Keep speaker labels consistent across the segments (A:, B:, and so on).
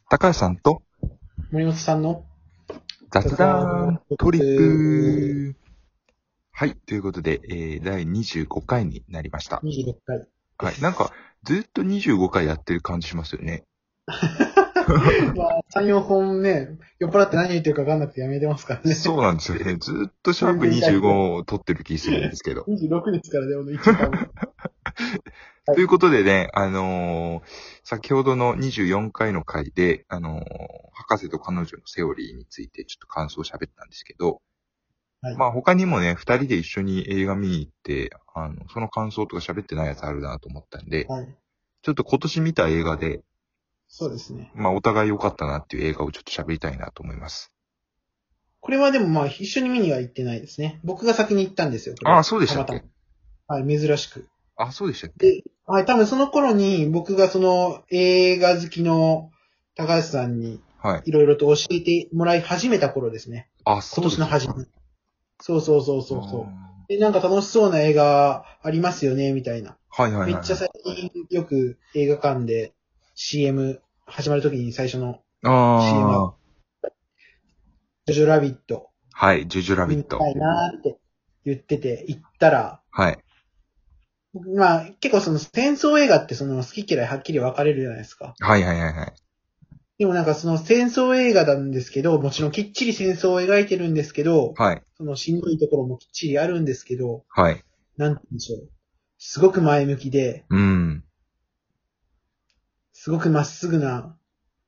A: 高橋さんと
B: 森本さんの
A: 雑談トリップ。はい、ということで、第25回になりました。
B: 26回です。
A: はい、なんかずっと25回やってる感じしますよね。
B: まあ、3、4本ね、酔っ払って何言ってるか分かんなくてやめてますからね。
A: そうなんですよね。ずっとシャープ
B: 全然大丈夫。
A: 25を撮ってる気するんですけど。
B: 26ですからね、一番。はい。
A: ということでね、先ほどの24回の回で、博士と彼女のセオリーについてちょっと感想を喋ったんですけど、
B: はい。
A: まあ他にもね、二人で一緒に映画見に行って、その感想とか喋ってないやつあるなと思ったんで、
B: はい。
A: ちょっと今年見た映画で、
B: そうですね。
A: まあお互い良かったなっていう映画をちょっと喋りたいなと思います。
B: これはでもまあ、一緒に見には行ってないですね。僕が先に行ったんですよ、これ
A: ああ、
B: は。
A: そうでしたっけ？
B: たまたま。はい、珍しく。
A: あ、そうでしたっけ？
B: で、はい、多分その頃に僕がその映画好きの高橋さんに
A: はい。
B: いろいろと教えてもらい始めた頃ですね。
A: あ、
B: 今
A: そうですか。
B: 年の初め。そうそうそうそう。で、なんか楽しそうな映画ありますよね、みたいな。
A: はいはいはいはい。
B: めっちゃ最近よく映画館で CM 始まるときに最初の CM は、
A: ああ、
B: ジョジョラビット
A: はい、ジョジョラビット。
B: 見たいなーって言ってて、行ったら、
A: はい。
B: まあ結構その戦争映画ってその好き嫌いはっきり分かれるじゃないですか。
A: はいはいはいはい。
B: でもなんかその戦争映画なんですけど、もちろんきっちり戦争を描いてるんですけど、
A: はい。
B: そのしんどいところもきっちりあるんですけど、
A: はい。
B: なんて言うんでしょう。すごく前向きで、
A: うん。
B: すごくまっすぐな、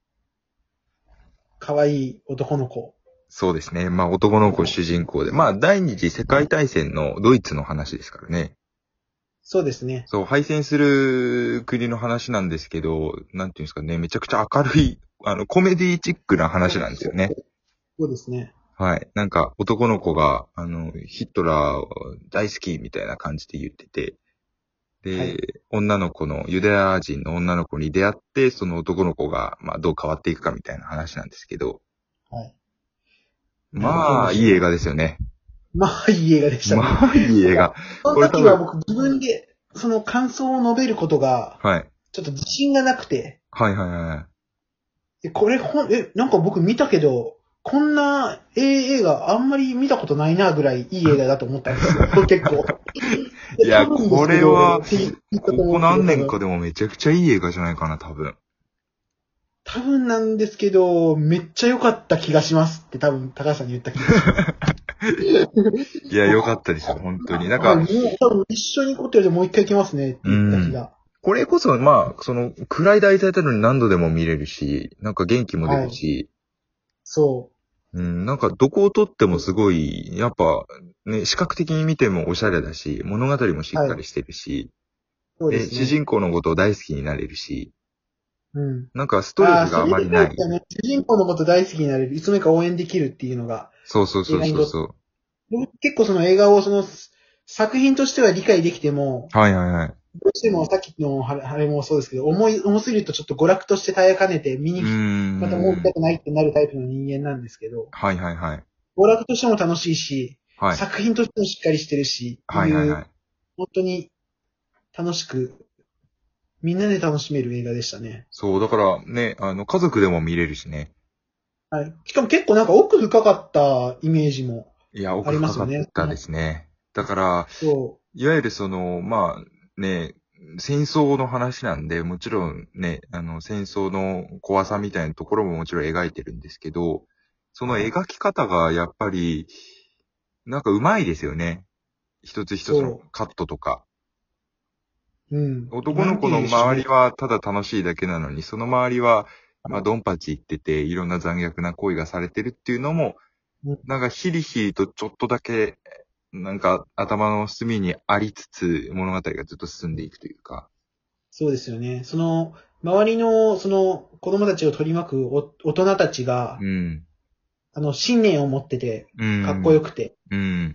B: 可愛い男の子。
A: そうですね。まあ男の子主人公で。まあ第二次世界大戦のドイツの話ですからね。
B: そうですね。
A: そう、敗戦する国の話なんですけど、なんていうんですかね、めちゃくちゃ明るい、コメディチックな話なんですよね。
B: そうですね。
A: はい。なんか、男の子が、ヒットラー大好きみたいな感じで言ってて、
B: はい。
A: で、女の子の、ユダヤ人の女の子に出会って、その男の子が、まあ、どう変わっていくかみたいな話なんですけど、
B: はい。なんて言うん
A: まあ、いい映
B: でしょ
A: 画ですよね。
B: う。まあ、いい映画でしたね。
A: まあ、いい映画。
B: その
A: これ多分、
B: 時は僕自分で、その感想を述べることが、
A: はい。
B: ちょっと自信がなくて、
A: はいはいはい。
B: これなんか僕見たけど、こんな映画あんまり見たことないなぐらいいい映画だと思ったんですよ。結構。多
A: いや、こ
B: 分ですけど、
A: れは、
B: って言ったと
A: ここ
B: 思うんですけど、
A: 何年かでもめちゃくちゃいい映画じゃないかな、多分。
B: 多分なんですけど、めっちゃ良かった気がしますって多分高橋さんに言った気がします。
A: いや、よかったですよ、本当に。なん
B: はい、
A: か、
B: もう多分一緒に行くことよりもう一回行きますねって
A: う
B: 言った気
A: ん。
B: が。
A: これこそ、まあ、暗い題材なのに何度でも見れるし、なんか元気も出
B: はい。
A: るし、
B: そ
A: うん、なんかどこを撮ってもすごい、やっぱ、ね、視覚的に見てもおしゃれだし、物語もし
B: う。はい。
A: っかりしてるし、で、
B: そうですね。
A: 主人公のことを大好きになれるし、
B: うん。
A: なんかストレ
B: ああ、
A: スがあ
B: それで
A: まりない。
B: かいですよね。主人公のこと大好きになれる。いつの間にか応援できるっていうのが、
A: そうそうそう
B: 映画にとって。
A: そうそう。
B: 僕結構その映画をその作品としては理解できても、
A: はいはいはい。
B: どうしてもさっきのあれもそうですけど、重すぎるとちょっと娯楽として耐えかねて、
A: うー
B: またもう見た
A: ん。
B: くないってなるタイプの人間なんですけど、
A: はいはいはい。
B: 娯楽としても楽しいし、
A: はい。
B: 作品としてもしっかりしてるし、っていう、
A: はいはいはい。
B: 本当に楽しく、みんなで楽しめる映画でしたね。
A: そう、だからね、家族でも見れるしね。
B: はい。しかも結構なんか奥深かったイメージも
A: いや、
B: あ
A: 奥深かっ
B: りますよね。
A: たですね。だから、
B: そ
A: いわゆるまあ、ね、戦争の話なんで、もちろんね、戦争の怖さみたいなところももちろん描いてるんですけど、その描き方がやっぱり、なんか上手いですよね。一つ一つの
B: そ
A: カットとか。
B: う。うん。なんて
A: 男の子の
B: 言うんでしょうね。
A: 周りはただ楽しいだけなのに、その周りは、まあ、ドンパチ言ってて、いろんな残虐な行為がされてるっていうのも、
B: うん、
A: なんかヒリヒリとちょっとだけ、なんか頭の隅にありつつ、物語がずっと進んでいくというか。
B: そうですよね。その、周りの、その、子供たちを取り巻く大人たちが、
A: うん。
B: 信念を持ってて、
A: う
B: かっこ
A: ん。
B: よくて。
A: うん。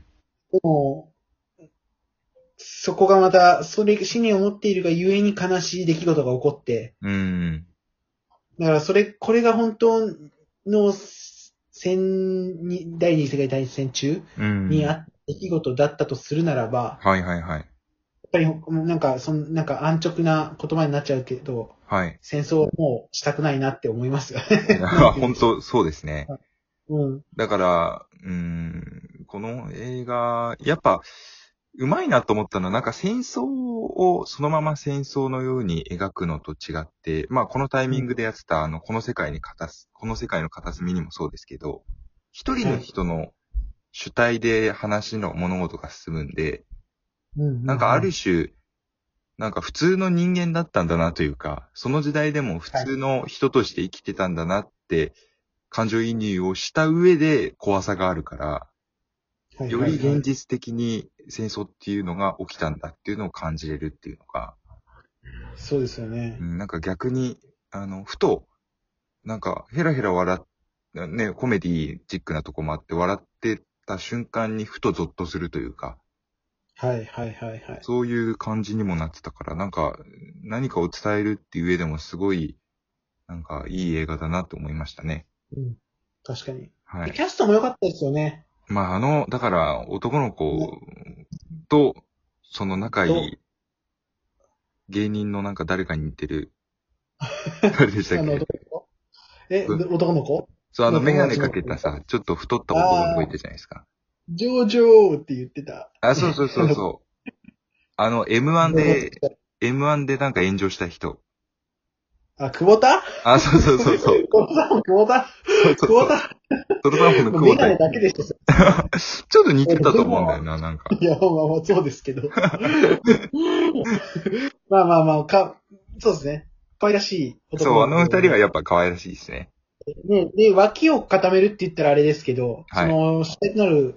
B: でも、そこがまた、信念を持っているがゆえに悲しい出来事が起こって、
A: うん。
B: だからこれが本当の第二次世界大戦中
A: うん。
B: にあった出来事だったとするならば、
A: はいはいはい。
B: ぱり、なんか安直な言葉になっちゃうけど、
A: はい。
B: 戦争はもうしたくないなって思いますよ
A: い
B: ね。
A: や
B: なんて言うんでしょ
A: 本当そうですね。
B: う。うん。
A: だから、この映画、やっぱ、うまいなと思ったのは、なんか戦争をそのまま戦争のように描くのと違って、まあこのタイ
B: うん。
A: ミングでやってた、この世界の片隅にもそうですけど、一人の
B: はい。
A: 人の主体で話の物事が進むんで、
B: うん、うん、
A: なんかあ
B: うん。
A: る種、なんか普通の人間だったんだなというか、その時代でも普
B: はい。
A: 通の人として生きてたんだなって感情移入をした上で怖さがあるから、
B: はい、
A: よ
B: はい、はい。
A: り現実的に戦争っていうのが起きたんだっていうのを感じれるっていうのが、
B: そうですよね。
A: なんか逆に、ふと、なんかヘラヘラ笑っ、ね、コメディチックなとこもあって笑ってた瞬間にふとゾッとするというか、
B: はい、はい、はい、はい。
A: そういう感じにもなってたから、なんか何かを伝えるっていう上でもすごい、なんかいい映画だなと思いましたね。
B: うん。確かに。で、キ
A: はい。
B: ャストも良かったですよね。
A: まあだから男の
B: ね、
A: 子と、その仲い
B: と、
A: い芸人のなんか誰かに似てる、誰でしたっけ？
B: 男の子
A: うん。
B: 男の子
A: そう、
B: の
A: メガネか
B: 友達の。
A: けたさ、ちょっと太った男の子い
B: ああ、
A: たじゃないですか。
B: ジョージョーって言ってた。
A: あ、そうそうそうそう。M1 で、
B: ロボット。
A: M1 でなんか炎上した人。
B: あ、久保田
A: あ、そうそうそうそう。
B: 久保田も久保田
A: そうそうそう。
B: 久保田
A: トロサーモンの
B: もうメガ
A: 久保田。
B: ネだけでしょ、それ
A: ちょっと似てたと
B: でも、
A: 思うんだよな、なんか。
B: いや、まあまあ、そうですけど。まあまあまあ、そうですね。可愛らしい男
A: そう、
B: の
A: あの二人は
B: 子で。
A: やっぱ可愛らしいですね。
B: ね、で、脇を固めるって言ったらあれですけど、
A: はい。
B: 主体となる、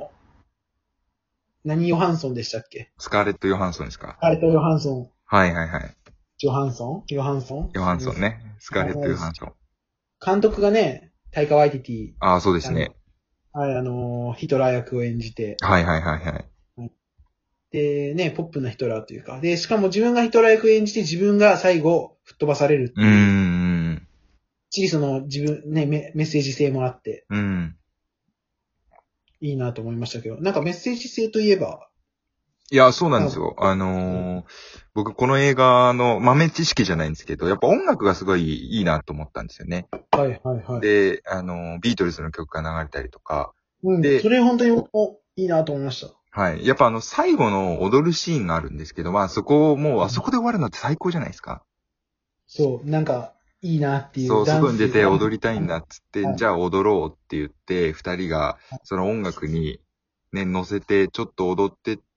B: 何ヨハンソンでしたっけ？
A: スカーレット・ヨハンソンですか？
B: あれとヨハンソン、
A: はいはいはい。
B: ヨハンソン
A: ヨハンソンね。スカーレット・ヨハンソン。
B: 監督がね、タイカ・ワイティティ、
A: ああ、そうですね。
B: はい、ヒトラー役を演じて、
A: はいはいはいはい。
B: で、ね、ポップなヒトラーというか、で、しかも自分がヒトラー役を演じて自分が最後吹っ飛ばされるっ
A: うー
B: ていう、
A: ん。
B: きっちり自分、ね、メッセージ性もあって、
A: うん。
B: いいなと思いましたけど、なんかメッセージ性といえば、
A: いや、そうなん
B: なんか、
A: ですよ。僕この映画の豆知識じゃないんですけど、やっぱ音楽がすごいいいなと思ったんですよね。
B: はいはいはい。
A: で、ビートルズの曲が流れたりとか。
B: うん、そ
A: で、
B: れ本当に僕もいいなと思いました。
A: はい。やっぱ最後の踊るシーンがあるんですけど、まあそこをもう、あそこで終わるのって最高じゃないですか。
B: そう、なんか、いいなっていう
A: そう、
B: ダンス、
A: 外に出て踊りたいんだっつって、
B: はい、
A: じゃあ踊ろうって言って、二人がその音楽にね、乗せてちょっと踊ってって、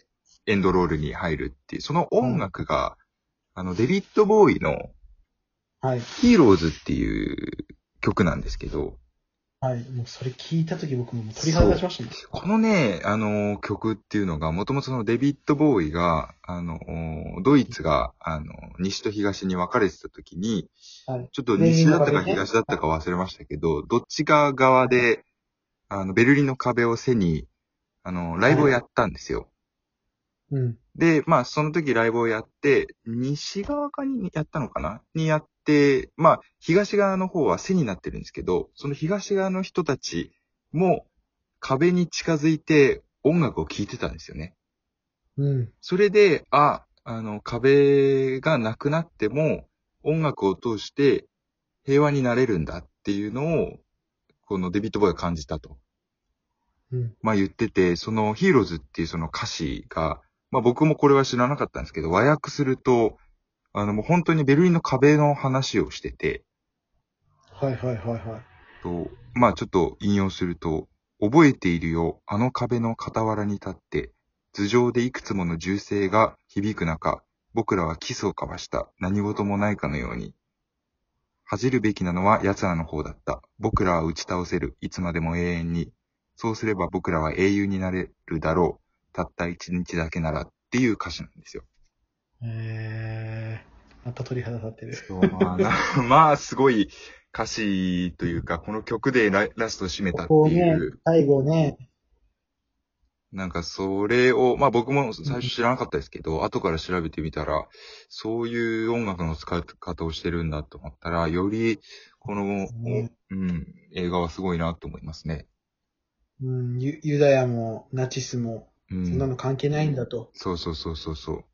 A: エンドロールに入るっていう、その音
B: はい、
A: 楽が、デビッド・ボーイの
B: はい、
A: ヒーローズっていう曲なんですけど、
B: はい。もうそれ聞いたとき僕も鳥肌
A: そう。
B: 立ちましたね。
A: このね、曲っていうのが、もともとそのデビッド・ボーイが、ドイツが、西と東に分かれてた時に、
B: はい。
A: ちょっと
B: ベルリン
A: 西だったか
B: の壁ね。
A: 東だったか忘れましたけど、どっち側で、ベルリンの壁を背に、ライ
B: はい。
A: ブをやったんですよ。
B: うん。
A: で、まあ、その時ライブをやって、西側かにやったのかなにやって、まあ、東側の方は背になってるんですけど、その東側の人たちも壁に近づいて音楽を聴いてたんですよね。
B: うん。
A: それで、壁がなくなっても音楽を通して平和になれるんだっていうのを、このデビッド・ボーイが感じたと。
B: うん。
A: まあ言ってて、そのヒーローズっていうその歌詞が、まあ僕もこれは知らなかったんですけど、和訳すると、もう本当にベルリンの壁の話をしてて、
B: はいはいはいはい。
A: まあちょっと引用すると、覚えているよ、あの壁の傍らに立って、頭上でいくつもの銃声が響く中、僕らはキスを交わした。何事もないかのように。恥じるべきなのは奴らの方だった。僕らは打ち倒せる。いつまでも永遠に。そうすれば僕らは英雄になれるだろう。たった一日だけならっていう歌詞なんですよ。
B: また鳥肌立ってる。
A: そう、まあ、すごい歌詞というか、この曲でラスト締めたってい
B: こうね、
A: う、
B: 最後ね、
A: なんかそれを、まあ僕も最初知らなかったですけど、後から調べてみたら、そういう音楽の使い方をしてるんだと思ったら、より、この、
B: ね、
A: 映画はすごいなと思いますね。
B: ユダヤもナチスも、
A: う
B: そんなの関係ないんだと。
A: そうそうそうそうそう。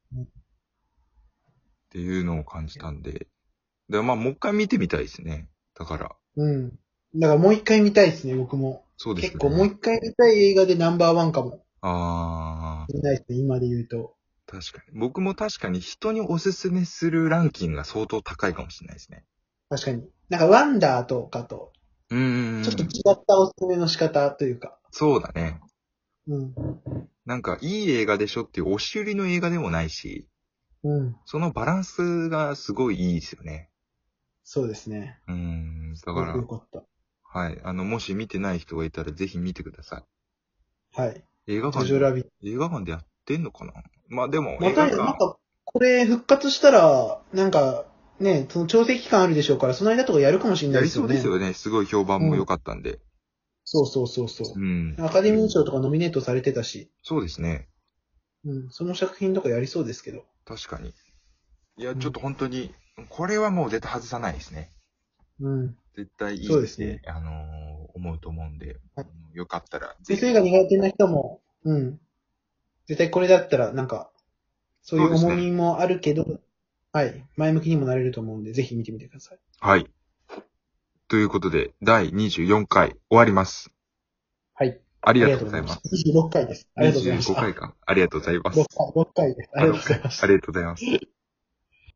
A: っていうのを感じたんで。で、まあ、もう一回見てみたいですね。だから。
B: うん。だからもう一回見たいですね、僕も。
A: そうですね。
B: 結構もう一回見たい映画でナンバーワンかも。
A: あ
B: 見ないですね、今で言うと。
A: あ、確かに。僕も確かに人におすすめするランキングが相当高いかもしれないですね。
B: 確かに。なんかワンダーとかと、
A: うーん。
B: ちょっと違ったおすすめの仕方というか。
A: そうだね。
B: うん。
A: なんか、いい映画でしょっていう押し売りの映画でもないし、
B: うん。
A: そのバランスがすごいいいですよね。
B: そうですね。
A: だ
B: すごく
A: から、
B: 良かった。
A: はい。もし見てない人がいたらぜひ見てくださ
B: はい。
A: い。映画
B: ジョ
A: 館で、
B: ジョラビット。
A: 映画館でやってんのかな。まあでも、
B: また、なんか、これ復活したら、なんか、ね、その調整期間あるでしょうから、その間とかやるかもしれな
A: やりそう
B: いですよね。
A: ですよね。すごい評判も良かったんで。
B: そうそうそうそう。
A: うん。
B: アカデミー賞とかノミネートされてたし、
A: そうですね。
B: うん、その作品とかやりそうですけど。
A: 確かに。いや、
B: うん
A: ちょっと本当に、これはもう絶対外さないですね。
B: うん。
A: 絶対いいって、
B: そうですね。
A: 思うと思うんで、
B: はい
A: よかったら、ぜひ。
B: 先生が苦手な人も、うん。絶対これだったら、なんか、そういう重
A: そうですね。
B: みもあるけど、はい。前向きにもなれると思うんで、ぜひ見てみてください。
A: はい。ということで、第24回終わります。
B: はい。
A: ありがとうございます。
B: 26回です。ありがとうございまし
A: 25
B: た。
A: 回か。ありがとうございます。
B: 6回です。ありがとうございました。
A: ありがとうございます。